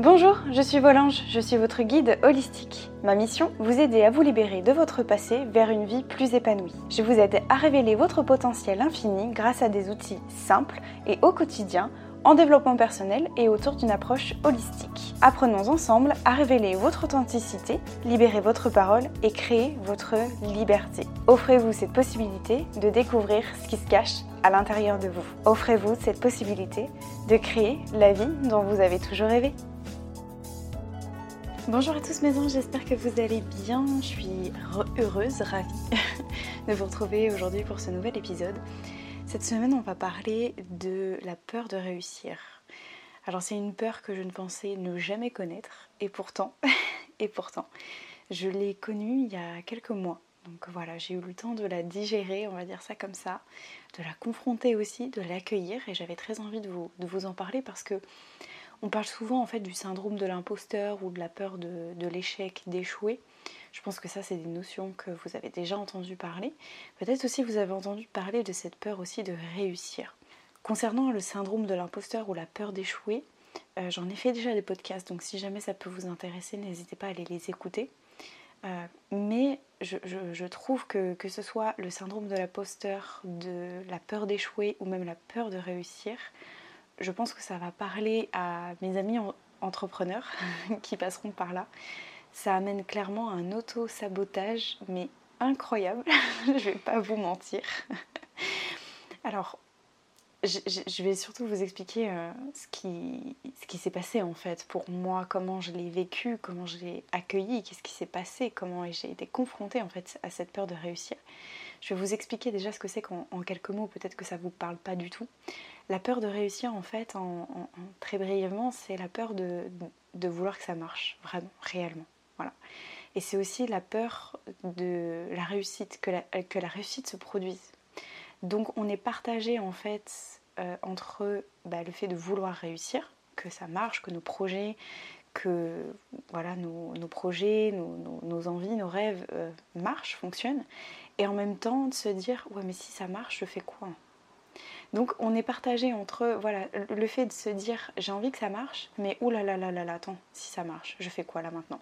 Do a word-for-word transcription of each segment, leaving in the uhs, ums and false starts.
Bonjour, je suis Volange, je suis votre guide holistique. Ma mission, vous aider à vous libérer de votre passé vers une vie plus épanouie. Je vous aide à révéler votre potentiel infini grâce à des outils simples et au quotidien, en développement personnel et autour d'une approche holistique. Apprenons ensemble à révéler votre authenticité, libérer votre parole et créer votre liberté. Offrez-vous cette possibilité de découvrir ce qui se cache à l'intérieur de vous. Offrez-vous cette possibilité de créer la vie dont vous avez toujours rêvé. Bonjour à tous mes anges, j'espère que vous allez bien. Je suis heureuse, ravie de vous retrouver aujourd'hui pour ce nouvel épisode. Cette semaine, on va parler de la peur de réussir. Alors c'est une peur que je ne pensais ne jamais connaître et pourtant, et pourtant, je l'ai connue il y a quelques mois. Donc voilà, j'ai eu le temps de la digérer, on va dire ça comme ça, de la confronter aussi, de l'accueillir et j'avais très envie de vous, de vous en parler parce que on parle souvent en fait du syndrome de l'imposteur ou de la peur de, de l'échec, d'échouer. Je pense que ça c'est des notions que vous avez déjà entendu parler. Peut-être aussi vous avez entendu parler de cette peur aussi de réussir. Concernant le syndrome de l'imposteur ou la peur d'échouer, euh, j'en ai fait déjà des podcasts, donc si jamais ça peut vous intéresser, n'hésitez pas à aller les écouter. Euh, mais je, je, je trouve que que ce soit le syndrome de l'imposteur, de la peur d'échouer ou même la peur de réussir, je pense que ça va parler à mes amis entrepreneurs qui passeront par là. Ça amène clairement un auto-sabotage, mais incroyable, je vais pas vous mentir. Alors, je, je vais surtout vous expliquer euh, ce qui, ce qui s'est passé en fait pour moi, comment je l'ai vécu, comment je l'ai accueilli, qu'est-ce qui s'est passé, comment j'ai été confrontée en fait à cette peur de réussir. Je vais vous expliquer déjà ce que c'est qu'en en quelques mots, peut-être que ça ne vous parle pas du tout. La peur de réussir, en fait, en, en, en, très brièvement, c'est la peur de, de vouloir que ça marche, vraiment, réellement. Voilà. Et c'est aussi la peur de la réussite, que la, que la réussite se produise. Donc on est partagé, en fait, euh, entre bah, le fait de vouloir réussir, que ça marche, que nos projets, que voilà, nos, nos projets, nos, nos, nos envies, nos rêves euh, marchent, fonctionnent, et en même temps de se dire ouais mais si ça marche, je fais quoi? Donc on est partagé entre voilà le fait de se dire j'ai envie que ça marche, mais oulala là là là attends, si ça marche, je fais quoi là maintenant?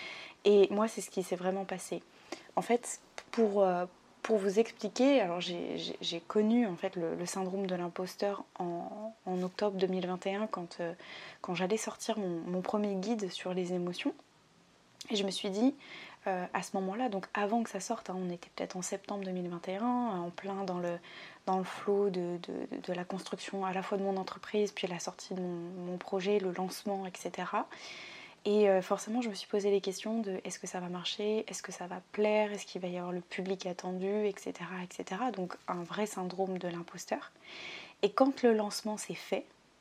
Et moi c'est ce qui s'est vraiment passé. En fait pour euh, pour vous expliquer, alors j'ai, j'ai, j'ai connu en fait le, le syndrome de l'imposteur en, en octobre deux mille vingt et un quand euh, quand j'allais sortir mon, mon premier guide sur les émotions. Et je me suis dit, euh, à ce moment-là, donc avant que ça sorte, hein, on était peut-être en septembre deux mille vingt et un, en plein dans le, dans le flot de, de, de la construction à la fois de mon entreprise, puis la sortie de mon, mon projet, le lancement, et cetera. Et euh, forcément, je me suis posé les questions de est-ce que ça va marcher, est-ce que ça va plaire, est-ce qu'il va y avoir le public attendu, et cetera, et cetera. Donc un vrai syndrome de l'imposteur. Et quand le lancement s'est fait,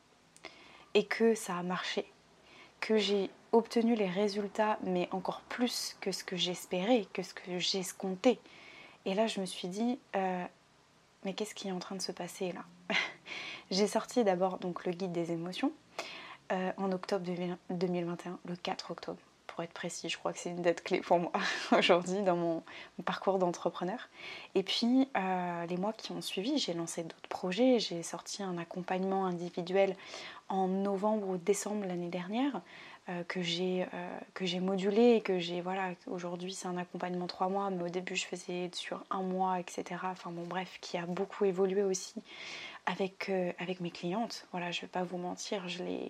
et que ça a marché, que j'ai obtenu les résultats, mais encore plus que ce que j'espérais, que ce que j'escomptais. Et là, je me suis dit, euh, mais qu'est-ce qui est en train de se passer là? J'ai sorti d'abord donc le guide des émotions euh, en octobre deux mille vingt et un, le quatre octobre, pour être précis. Je crois que c'est une date clé pour moi aujourd'hui dans mon, mon parcours d'entrepreneur. Et puis, euh, les mois qui ont suivi, j'ai lancé d'autres projets. J'ai sorti un accompagnement individuel en novembre ou décembre l'année dernière. Euh, que j'ai euh, que j'ai modulé et que j'ai voilà aujourd'hui c'est un accompagnement trois mois, mais au début je faisais sur un mois, etc. Enfin bon bref, qui a beaucoup évolué aussi avec euh, avec mes clientes. Voilà, je vais pas vous mentir, je l'ai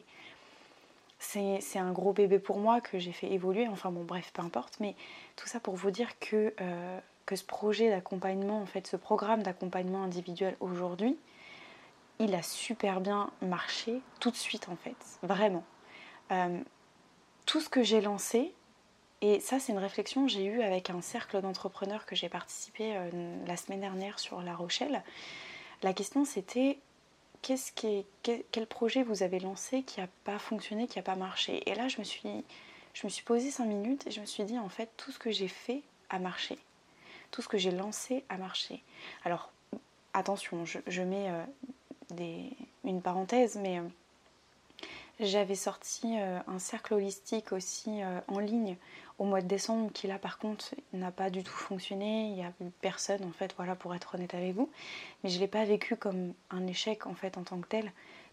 c'est, c'est un gros bébé pour moi que j'ai fait évoluer. Enfin bon bref, peu importe, mais tout ça pour vous dire que euh, que ce projet d'accompagnement, en fait, ce programme d'accompagnement individuel aujourd'hui, il a super bien marché tout de suite en fait, vraiment. Euh, Tout ce que j'ai lancé, et ça c'est une réflexion que j'ai eue avec un cercle d'entrepreneurs que j'ai participé euh, la semaine dernière sur La Rochelle. La question c'était qu'est-ce qui est, quel, quel projet vous avez lancé qui n'a pas fonctionné, qui n'a pas marché? Et là je me suis, je me suis posée cinq minutes et je me suis dit en fait tout ce que j'ai fait a marché. Tout ce que j'ai lancé a marché. Alors attention, je, je mets euh, des, une parenthèse, mais... Euh, J'avais sorti euh, un cercle holistique aussi euh, en ligne au mois de décembre qui là par contre n'a pas du tout fonctionné. Il n'y a eu personne en fait, voilà, pour être honnête avec vous. Mais je ne l'ai pas vécu comme un échec en fait en tant que tel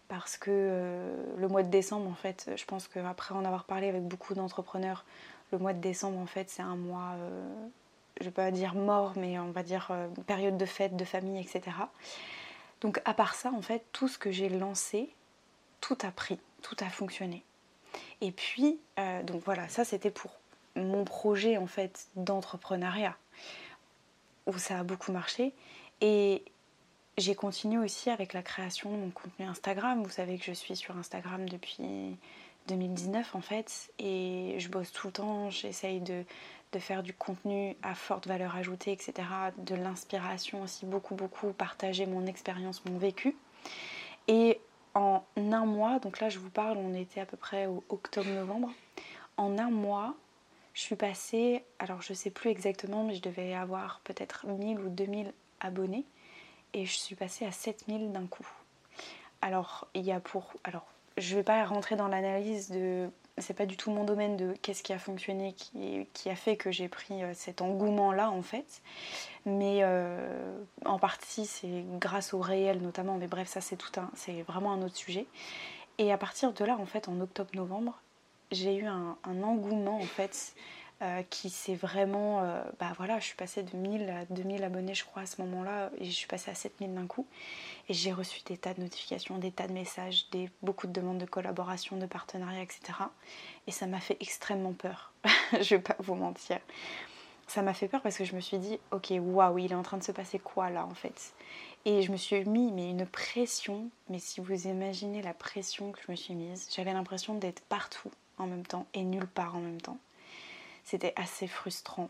parce que euh, le mois de décembre, en fait, je pense qu'après en avoir parlé avec beaucoup d'entrepreneurs, le mois de décembre, en fait, c'est un mois, euh, je ne vais pas dire mort, mais on va dire euh, période de fête, de famille, et cetera. Donc à part ça, en fait, tout ce que j'ai lancé, tout a pris, tout a fonctionné. Et puis, euh, donc voilà, ça c'était pour mon projet en fait d'entrepreneuriat, où ça a beaucoup marché. Et j'ai continué aussi avec la création de mon contenu Instagram. Vous savez que je suis sur Instagram depuis deux mille dix-neuf en fait, et je bosse tout le temps, j'essaye de, de faire du contenu à forte valeur ajoutée, et cetera. De l'inspiration aussi, beaucoup, beaucoup, partager mon expérience, mon vécu. Et en un mois, donc là je vous parle, on était à peu près au octobre-novembre, en un mois, je suis passée, alors je sais plus exactement, mais je devais avoir peut-être mille ou deux mille abonnés, et je suis passée à sept mille d'un coup. Alors, il y a pour... Alors, je ne vais pas rentrer dans l'analyse de... C'est pas du tout mon domaine de qu'est-ce qui a fonctionné, qui, qui a fait que j'ai pris cet engouement-là, en fait. Mais euh, en partie, c'est grâce au réel, notamment. Mais bref, ça, c'est tout un... C'est vraiment un autre sujet. Et à partir de là, en fait, en octobre-novembre, j'ai eu un, un engouement, en fait, euh, qui s'est vraiment... Euh, bah voilà, je suis passée de mille à deux mille abonnés, je crois, à ce moment-là. Et je suis passée à sept mille d'un coup. Et j'ai reçu des tas de notifications, des tas de messages, des, beaucoup de demandes de collaboration, de partenariat, et cetera. Et ça m'a fait extrêmement peur. Je ne vais pas vous mentir. Ça m'a fait peur parce que je me suis dit, ok, waouh, il est en train de se passer quoi là en fait? Et je me suis mis mais une pression, mais si vous imaginez la pression que je me suis mise, j'avais l'impression d'être partout en même temps et nulle part en même temps. C'était assez frustrant.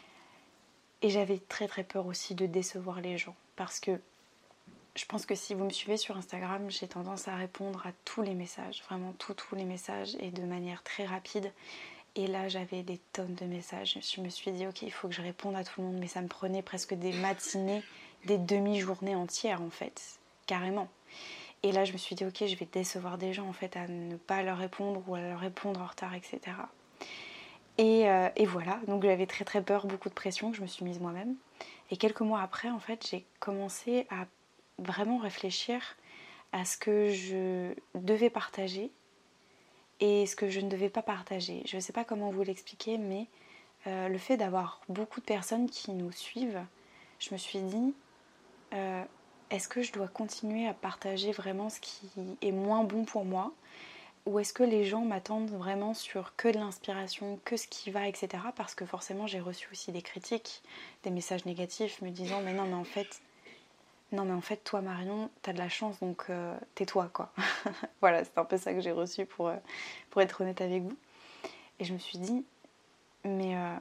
Et j'avais très très peur aussi de décevoir les gens parce que je pense que si vous me suivez sur Instagram, j'ai tendance à répondre à tous les messages, vraiment tous tous les messages et de manière très rapide. Et là, j'avais des tonnes de messages. Je me suis dit, ok, il faut que je réponde à tout le monde, mais ça me prenait presque des matinées, des demi-journées entières en fait, carrément. Et là, je me suis dit, ok, je vais décevoir des gens en fait à ne pas leur répondre ou à leur répondre en retard, et cetera. Et, euh, et voilà, donc j'avais très très peur, beaucoup de pression que je me suis mise moi-même. Et quelques mois après, en fait, j'ai commencé à vraiment réfléchir à ce que je devais partager et ce que je ne devais pas partager. Je ne sais pas comment vous l'expliquer, mais euh, le fait d'avoir beaucoup de personnes qui nous suivent, je me suis dit, euh, est-ce que je dois continuer à partager vraiment ce qui est moins bon pour moi? Ou est-ce que les gens m'attendent vraiment sur que de l'inspiration, que ce qui va, et cetera. Parce que forcément, j'ai reçu aussi des critiques, des messages négatifs me disant, mais non, mais en fait... Non mais en fait toi Marion, t'as de la chance donc euh, tais-toi quoi. Voilà, c'est un peu ça que j'ai reçu pour, euh, pour être honnête avec vous. Et je me suis dit, mais, euh,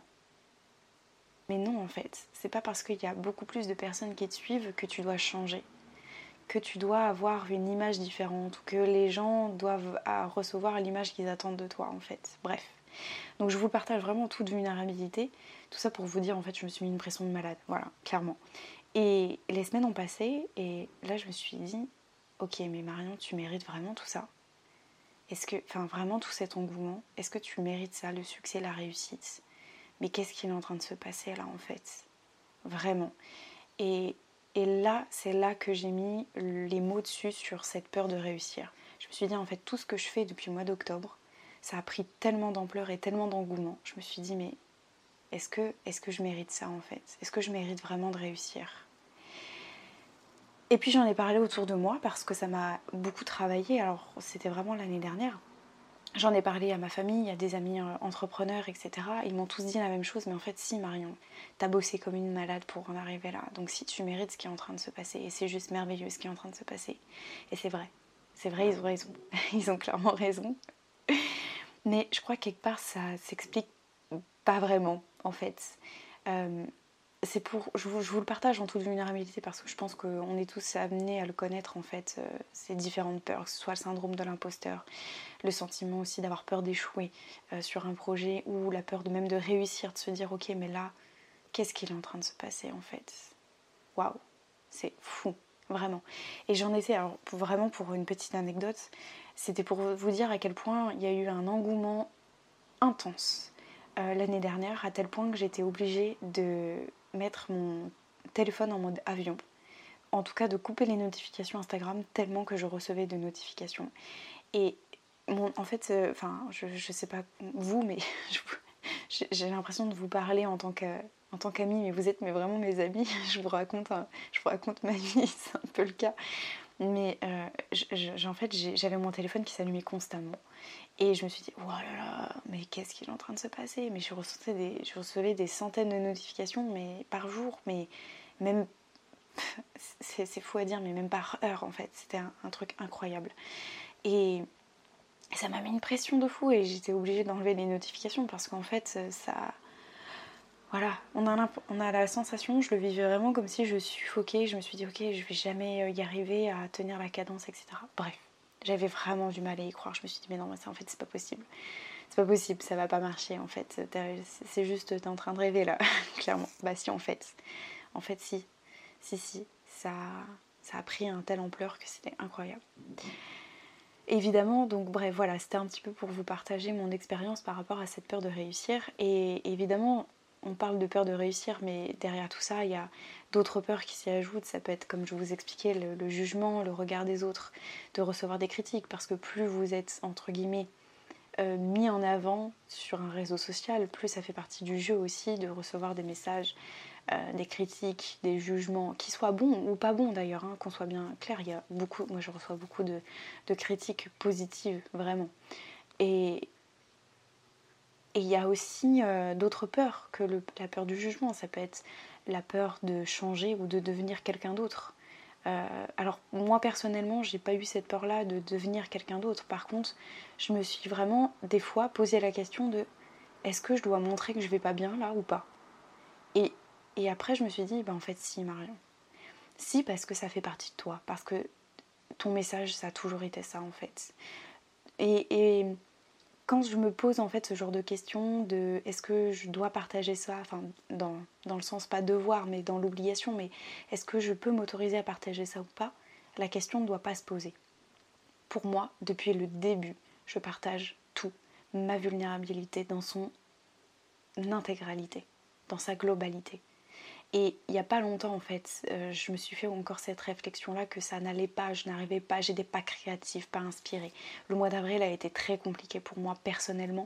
mais non en fait, c'est pas parce qu'il y a beaucoup plus de personnes qui te suivent que tu dois changer, que tu dois avoir une image différente ou que les gens doivent à recevoir l'image qu'ils attendent de toi en fait. Bref. Donc je vous partage vraiment en toute vulnérabilité, tout ça pour vous dire en fait je me suis mis une pression de malade, voilà, clairement. Et les semaines ont passé et là je me suis dit, ok mais Marion tu mérites vraiment tout ça? Est-ce que, enfin vraiment tout cet engouement, est-ce que tu mérites ça, le succès, la réussite? Mais qu'est-ce qui est en train de se passer là en fait? Vraiment. Et, et là, c'est là que j'ai mis les mots dessus sur cette peur de réussir. Je me suis dit en fait tout ce que je fais depuis le mois d'octobre, ça a pris tellement d'ampleur et tellement d'engouement. Je me suis dit mais est-ce que, est-ce que je mérite ça en fait? Est-ce que je mérite vraiment de réussir? Et puis j'en ai parlé autour de moi parce que ça m'a beaucoup travaillé. Alors c'était vraiment l'année dernière. J'en ai parlé à ma famille, à des amis entrepreneurs, et cetera. Ils m'ont tous dit la même chose, mais en fait si Marion, t'as bossé comme une malade pour en arriver là. Donc si tu mérites ce qui est en train de se passer, et c'est juste merveilleux ce qui est en train de se passer. Et c'est vrai, c'est vrai, ils ont raison. Ils ont clairement raison. Mais je crois que quelque part ça s'explique pas vraiment en fait. Euh, c'est pour, je vous, je vous le partage en toute vulnérabilité parce que je pense qu'on est tous amenés à le connaître en fait, euh, ces différentes peurs, que ce soit le syndrome de l'imposteur, le sentiment aussi d'avoir peur d'échouer euh, sur un projet ou la peur de même de réussir, de se dire ok mais là, qu'est-ce qu'il est en train de se passer en fait? Waouh, c'est fou, vraiment. Et j'en étais, alors pour, vraiment pour une petite anecdote, c'était pour vous dire à quel point il y a eu un engouement intense euh, l'année dernière, à tel point que j'étais obligée de mettre mon téléphone en mode avion en tout cas de couper les notifications Instagram tellement que je recevais de notifications. Et mon, en fait, enfin, euh, je, je sais pas vous, mais je, j'ai l'impression de vous parler en tant que, en tant qu'amie, mais vous êtes mais vraiment mes amis. Je vous raconte, un, je vous raconte ma vie, c'est un peu le cas. Mais euh, je, je, en fait, j'avais mon téléphone qui s'allumait constamment. Et je me suis dit, oh là là, mais qu'est-ce qui est en train de se passer? Mais je recevais, des, je recevais des centaines de notifications mais par jour, mais même, c'est, c'est fou à dire, mais même par heure en fait. C'était un, un truc incroyable. Et ça m'a mis une pression de fou et j'étais obligée d'enlever les notifications parce qu'en fait, ça... Voilà, on a, on a la sensation, je le vivais vraiment comme si je suffoquais. Je me suis dit, ok, je vais jamais y arriver à tenir la cadence, et cetera. Bref, j'avais vraiment du mal à y croire. Je me suis dit, mais non, mais ça, en fait, c'est pas possible. C'est pas possible, ça va pas marcher, en fait. C'est juste, t'es en train de rêver, là, clairement. Bah si, en fait. En fait, si. Si, si. Ça, ça a pris un telle ampleur que c'était incroyable. Évidemment, donc bref, voilà, c'était un petit peu pour vous partager mon expérience par rapport à cette peur de réussir. Et évidemment, on parle de peur de réussir, mais derrière tout ça, il y a d'autres peurs qui s'y ajoutent. Ça peut être, comme je vous expliquais, le, le jugement, le regard des autres, de recevoir des critiques, parce que plus vous êtes, entre guillemets, euh, mis en avant sur un réseau social, plus ça fait partie du jeu aussi de recevoir des messages, euh, des critiques, des jugements, qui soient bons ou pas bons d'ailleurs, hein, qu'on soit bien clair. Il y a beaucoup, moi je reçois beaucoup de, de critiques positives, vraiment. Et Et il y a aussi euh, d'autres peurs que le, la peur du jugement. Ça peut être la peur de changer ou de devenir quelqu'un d'autre. Euh, alors moi personnellement, j'ai pas eu cette peur-là de devenir quelqu'un d'autre. Par contre, je me suis vraiment des fois posé la question de est-ce que je dois montrer que je vais pas bien là ou pas? Et, et après je me suis dit, bah en fait si Marion. Si, parce que ça fait partie de toi. Parce que ton message, ça a toujours été ça en fait. Et... et quand je me pose en fait ce genre de questions de est-ce que je dois partager ça, enfin dans, dans le sens pas devoir mais dans l'obligation, mais est-ce que je peux m'autoriser à partager ça ou pas, la question ne doit pas se poser. Pour moi, depuis le début, je partage tout, ma vulnérabilité dans son intégralité, dans sa globalité. Et il n'y a pas longtemps en fait, euh, je me suis fait encore cette réflexion là que ça n'allait pas, je n'arrivais pas, j'étais pas créative, pas inspirée. Le mois d'avril a été très compliqué pour moi personnellement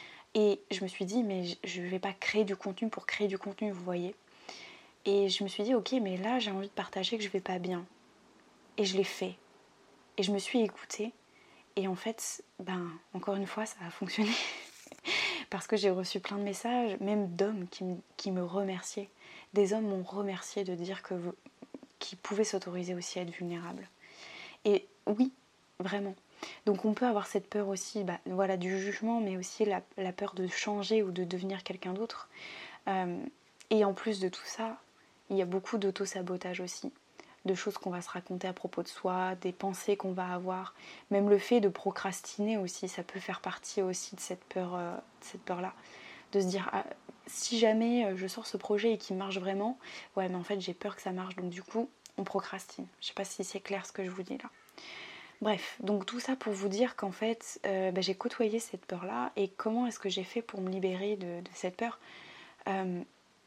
et je me suis dit mais je ne vais pas créer du contenu pour créer du contenu, vous voyez. Et je me suis dit ok mais là j'ai envie de partager que je vais pas bien. Et je l'ai fait. Et je me suis écoutée et en fait, ben encore une fois ça a fonctionné. Parce que j'ai reçu plein de messages, même d'hommes qui, m- qui me remerciaient. Des hommes m'ont remercié de dire que vous- qu'ils pouvaient s'autoriser aussi à être vulnérables. Et oui, vraiment. Donc on peut avoir cette peur aussi, bah, voilà, du jugement, mais aussi la, la peur de changer ou de devenir quelqu'un d'autre. Euh, et en plus de tout ça, il y a beaucoup d'auto-sabotage aussi, de choses qu'on va se raconter à propos de soi, des pensées qu'on va avoir. Même le fait de procrastiner aussi, ça peut faire partie aussi de cette peur, euh, de cette peur-là. De se dire, ah, si jamais je sors ce projet et qu'il marche vraiment, ouais mais en fait j'ai peur que ça marche, donc du coup on procrastine. Je sais pas si c'est clair ce que je vous dis là. Bref, donc tout ça pour vous dire qu'en fait euh, bah, j'ai côtoyé cette peur-là et comment est-ce que j'ai fait pour me libérer de, de cette peur. Euh,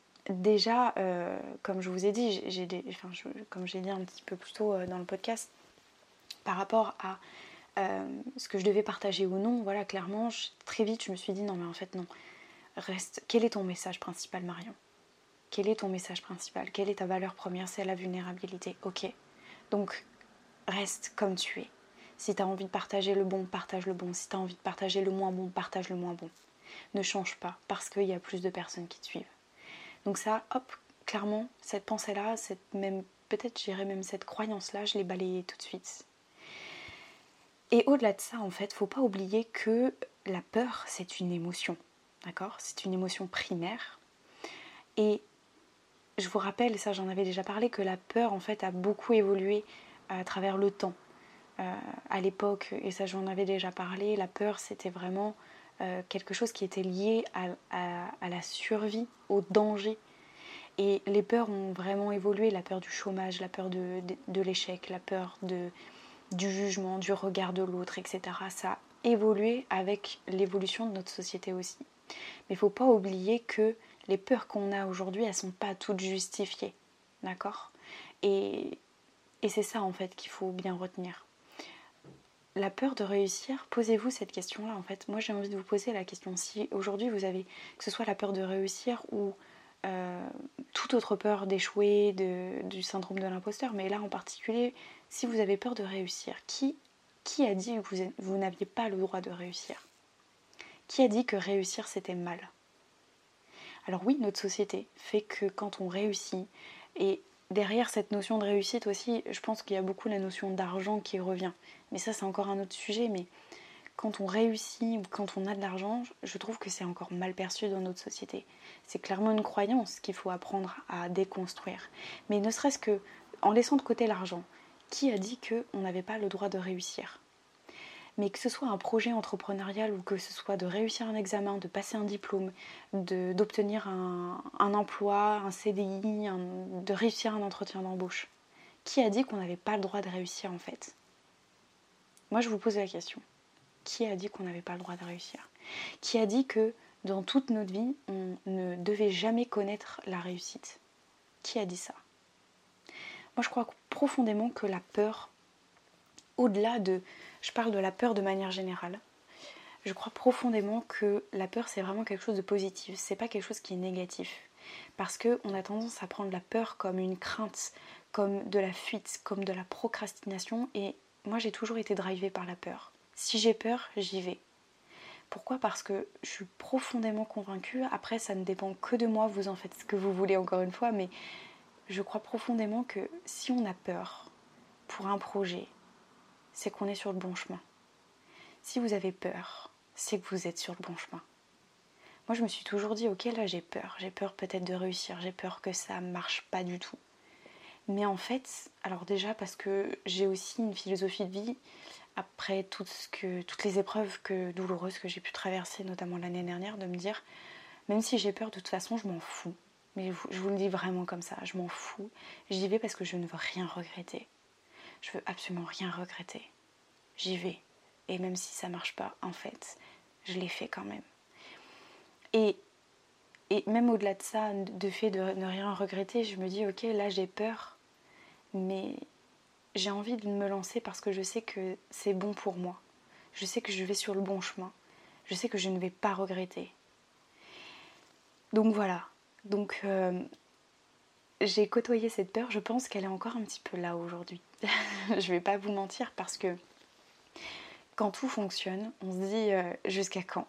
déjà, euh, comme je vous ai dit, j'ai des, enfin, je, comme j'ai dit un petit peu plus tôt euh, dans le podcast, par rapport à euh, ce que je devais partager ou non, voilà, clairement, je, très vite je me suis dit non mais en fait non, reste, quel est ton message principal Marion? Quel est ton message principal? Quelle est ta valeur première? C'est la vulnérabilité, ok. Donc reste comme tu es. Si tu as envie de partager le bon, partage le bon. Si tu as envie de partager le moins bon, partage le moins bon. Ne change pas parce qu'il y a plus de personnes qui te suivent. Donc ça, hop, clairement, cette pensée-là, cette même, peut-être j'irais même cette croyance-là, je l'ai balayée tout de suite. Et au-delà de ça, en fait, faut pas oublier que la peur, c'est une émotion, d'accord? C'est une émotion primaire. Et je vous rappelle, et ça j'en avais déjà parlé, que la peur, en fait, a beaucoup évolué à travers le temps. Euh, à l'époque, et ça j'en avais déjà parlé, la peur, c'était vraiment euh, quelque chose qui était lié à, à, à la survie, au danger. Et les peurs ont vraiment évolué, la peur du chômage, la peur de, de, de l'échec, la peur de, du jugement, du regard de l'autre, et cetera. Ça a évolué avec l'évolution de notre société aussi. Mais il ne faut pas oublier que les peurs qu'on a aujourd'hui, elles ne sont pas toutes justifiées. D'accord? Et Et c'est ça en fait qu'il faut bien retenir. La peur de réussir, posez-vous cette question-là en fait. Moi j'ai envie de vous poser la question, si aujourd'hui vous avez, que ce soit la peur de réussir ou euh, toute autre peur d'échouer, de, du syndrome de l'imposteur, mais là en particulier, si vous avez peur de réussir, qui, qui a dit que vous, vous n'aviez pas le droit de réussir? Qui a dit que réussir c'était mal? Alors oui, notre société fait que quand on réussit, et derrière cette notion de réussite aussi, je pense qu'il y a beaucoup la notion d'argent qui revient. Mais ça, c'est encore un autre sujet. Mais quand on réussit ou quand on a de l'argent, je trouve que c'est encore mal perçu dans notre société. C'est clairement une croyance qu'il faut apprendre à déconstruire. Mais ne serait-ce que en laissant de côté l'argent, qui a dit qu'on n'avait pas le droit de réussir? Mais que ce soit un projet entrepreneurial ou que ce soit de réussir un examen, de passer un diplôme, de, d'obtenir un, un emploi, un C D I, un, de réussir un entretien d'embauche. Qui a dit qu'on n'avait pas le droit de réussir en fait? Moi je vous pose la question. Qui a dit qu'on n'avait pas le droit de réussir? Qui a dit que dans toute notre vie, on ne devait jamais connaître la réussite? Qui a dit ça? Moi je crois profondément que la peur, au-delà de... Je parle de la peur de manière générale. Je crois profondément que la peur c'est vraiment quelque chose de positif, c'est pas quelque chose qui est négatif. Parce qu'on a tendance à prendre la peur comme une crainte, comme de la fuite, comme de la procrastination, et moi j'ai toujours été drivée par la peur. Si j'ai peur, j'y vais. Pourquoi? Parce que je suis profondément convaincue, après ça ne dépend que de moi, vous en faites ce que vous voulez encore une fois, mais je crois profondément que si on a peur pour un projet, c'est qu'on est sur le bon chemin. Si vous avez peur, c'est que vous êtes sur le bon chemin. Moi, je me suis toujours dit, ok, là, j'ai peur. J'ai peur peut-être de réussir. J'ai peur que ça ne marche pas du tout. Mais en fait, alors déjà parce que j'ai aussi une philosophie de vie, après tout ce que, toutes les épreuves que, douloureuses que j'ai pu traverser, notamment l'année dernière, de me dire, même si j'ai peur, de toute façon, je m'en fous. Mais je vous le dis vraiment comme ça, je m'en fous. J'y vais parce que je ne veux rien regretter. Je veux absolument rien regretter. J'y vais. Et même si ça marche pas, en fait, je l'ai fait quand même. Et, et même au-delà de ça, de fait de ne rien regretter, je me dis, ok, là j'ai peur, mais j'ai envie de me lancer parce que je sais que c'est bon pour moi. Je sais que je vais sur le bon chemin. Je sais que je ne vais pas regretter. Donc voilà. Donc euh, j'ai côtoyé cette peur. Je pense qu'elle est encore un petit peu là aujourd'hui. Je vais pas vous mentir parce que quand tout fonctionne, on se dit euh, jusqu'à quand?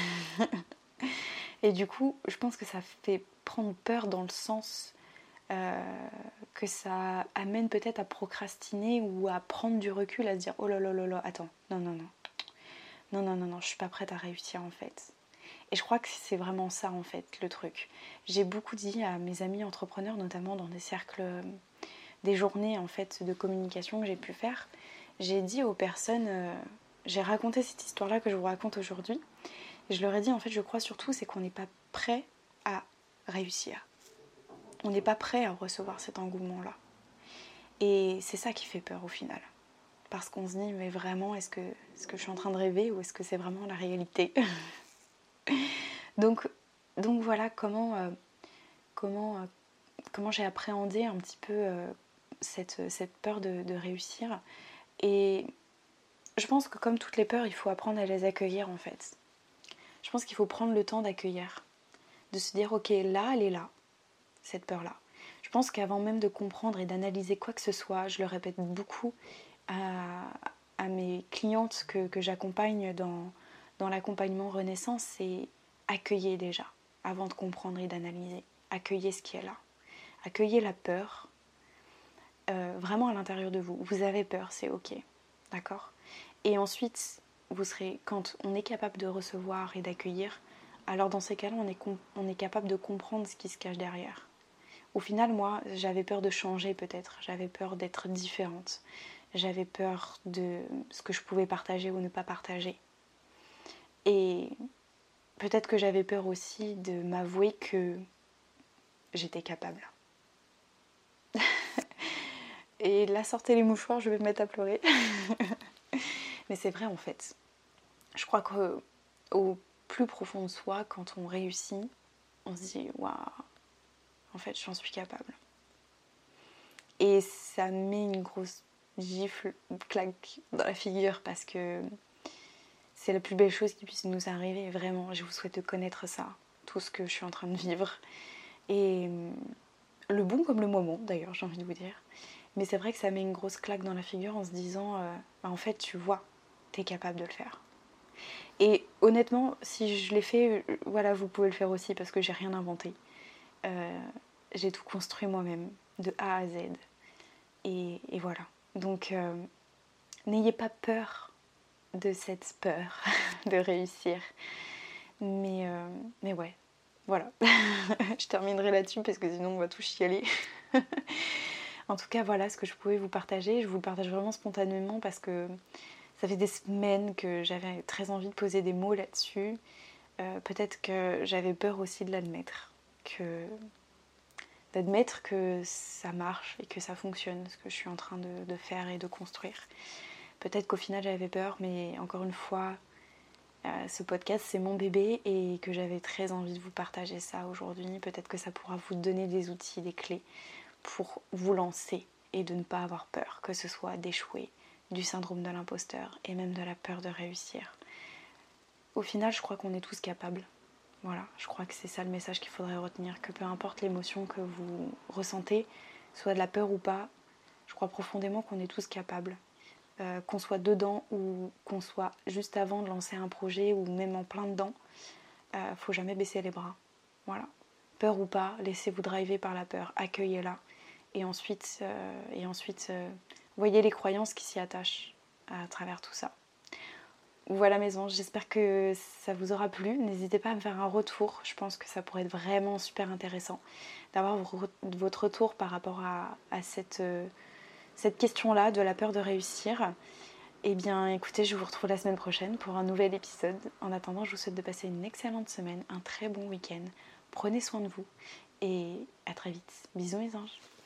Et du coup, je pense que ça fait prendre peur dans le sens euh, que ça amène peut-être à procrastiner ou à prendre du recul, à se dire oh là là là là, attends, non non non, non non non non, je suis pas prête à réussir en fait. Et je crois que c'est vraiment ça en fait le truc. J'ai beaucoup dit à mes amis entrepreneurs, notamment dans des cercles, des journées en fait de communication que j'ai pu faire, j'ai dit aux personnes, euh, j'ai raconté cette histoire-là que je vous raconte aujourd'hui. Et je leur ai dit, en fait, je crois surtout, c'est qu'on n'est pas prêt à réussir. On n'est pas prêt à recevoir cet engouement-là. Et c'est ça qui fait peur au final. Parce qu'on se dit, mais vraiment, est-ce que, est-ce que je suis en train de rêver ou est-ce que c'est vraiment la réalité? donc, donc voilà comment, euh, comment, euh, comment j'ai appréhendé un petit peu euh, cette, cette peur de, de réussir. Et je pense que comme toutes les peurs, il faut apprendre à les accueillir en fait. Je pense qu'il faut prendre le temps d'accueillir, de se dire ok, là elle est là, cette peur-là. Je pense qu'avant même de comprendre et d'analyser quoi que ce soit, je le répète beaucoup à, à mes clientes que, que j'accompagne dans, dans l'accompagnement Renaissance, c'est accueillir déjà, avant de comprendre et d'analyser. Accueillez ce qui est là. Accueillez la peur, euh, vraiment à l'intérieur de vous. Vous avez peur, c'est ok, d'accord? Et ensuite, vous serez, quand on est capable de recevoir et d'accueillir, alors dans ces cas-là, on est, on est capable de comprendre ce qui se cache derrière. Au final, moi, j'avais peur de changer peut-être, j'avais peur d'être différente, j'avais peur de ce que je pouvais partager ou ne pas partager. Et peut-être que j'avais peur aussi de m'avouer que j'étais capable. Et là, sortez les mouchoirs, je vais me mettre à pleurer. Mais c'est vrai en fait. Je crois qu'au plus profond de soi, quand on réussit, on se dit waouh, en fait j'en suis capable. Et ça met une grosse gifle, une claque dans la figure parce que c'est la plus belle chose qui puisse nous arriver, vraiment. Je vous souhaite de connaître ça, tout ce que je suis en train de vivre. Et le bon comme le moment, d'ailleurs, j'ai envie de vous dire. Mais c'est vrai que ça met une grosse claque dans la figure en se disant, euh, bah en fait, tu vois, t'es capable de le faire. Et honnêtement, si je l'ai fait, voilà, vous pouvez le faire aussi parce que j'ai rien inventé. Euh, j'ai tout construit moi-même, de A à Z. Et, et voilà. Donc, euh, n'ayez pas peur de cette peur de réussir. Mais, euh, mais ouais, voilà. Je terminerai là-dessus parce que sinon on va tout chialer. En tout cas, voilà ce que je pouvais vous partager. Je vous le partage vraiment spontanément parce que ça fait des semaines que j'avais très envie de poser des mots là-dessus. Euh, peut-être que j'avais peur aussi de l'admettre. Que... D'admettre que ça marche et que ça fonctionne, ce que je suis en train de, de faire et de construire. Peut-être qu'au final j'avais peur, mais encore une fois, euh, ce podcast c'est mon bébé et que j'avais très envie de vous partager ça aujourd'hui. Peut-être que ça pourra vous donner des outils, des clés pour vous lancer et de ne pas avoir peur, que ce soit d'échouer, du syndrome de l'imposteur et même de la peur de réussir. Au final, je crois qu'on est tous capables. Voilà, je crois que c'est ça le message qu'il faudrait retenir, que peu importe l'émotion que vous ressentez, soit de la peur ou pas, je crois profondément qu'on est tous capables. Euh, qu'on soit dedans ou qu'on soit juste avant de lancer un projet ou même en plein dedans, euh, faut jamais baisser les bras. Voilà. Peur ou pas, laissez-vous driver par la peur, accueillez-la. Et ensuite, euh, et ensuite euh, voyez les croyances qui s'y attachent à travers tout ça. Voilà mes anges, j'espère que ça vous aura plu. N'hésitez pas à me faire un retour. Je pense que ça pourrait être vraiment super intéressant d'avoir votre retour par rapport à, à cette, euh, cette question-là de la peur de réussir. Eh bien écoutez, je vous retrouve la semaine prochaine pour un nouvel épisode. En attendant, je vous souhaite de passer une excellente semaine, un très bon week-end. Prenez soin de vous et à très vite. Bisous mes anges.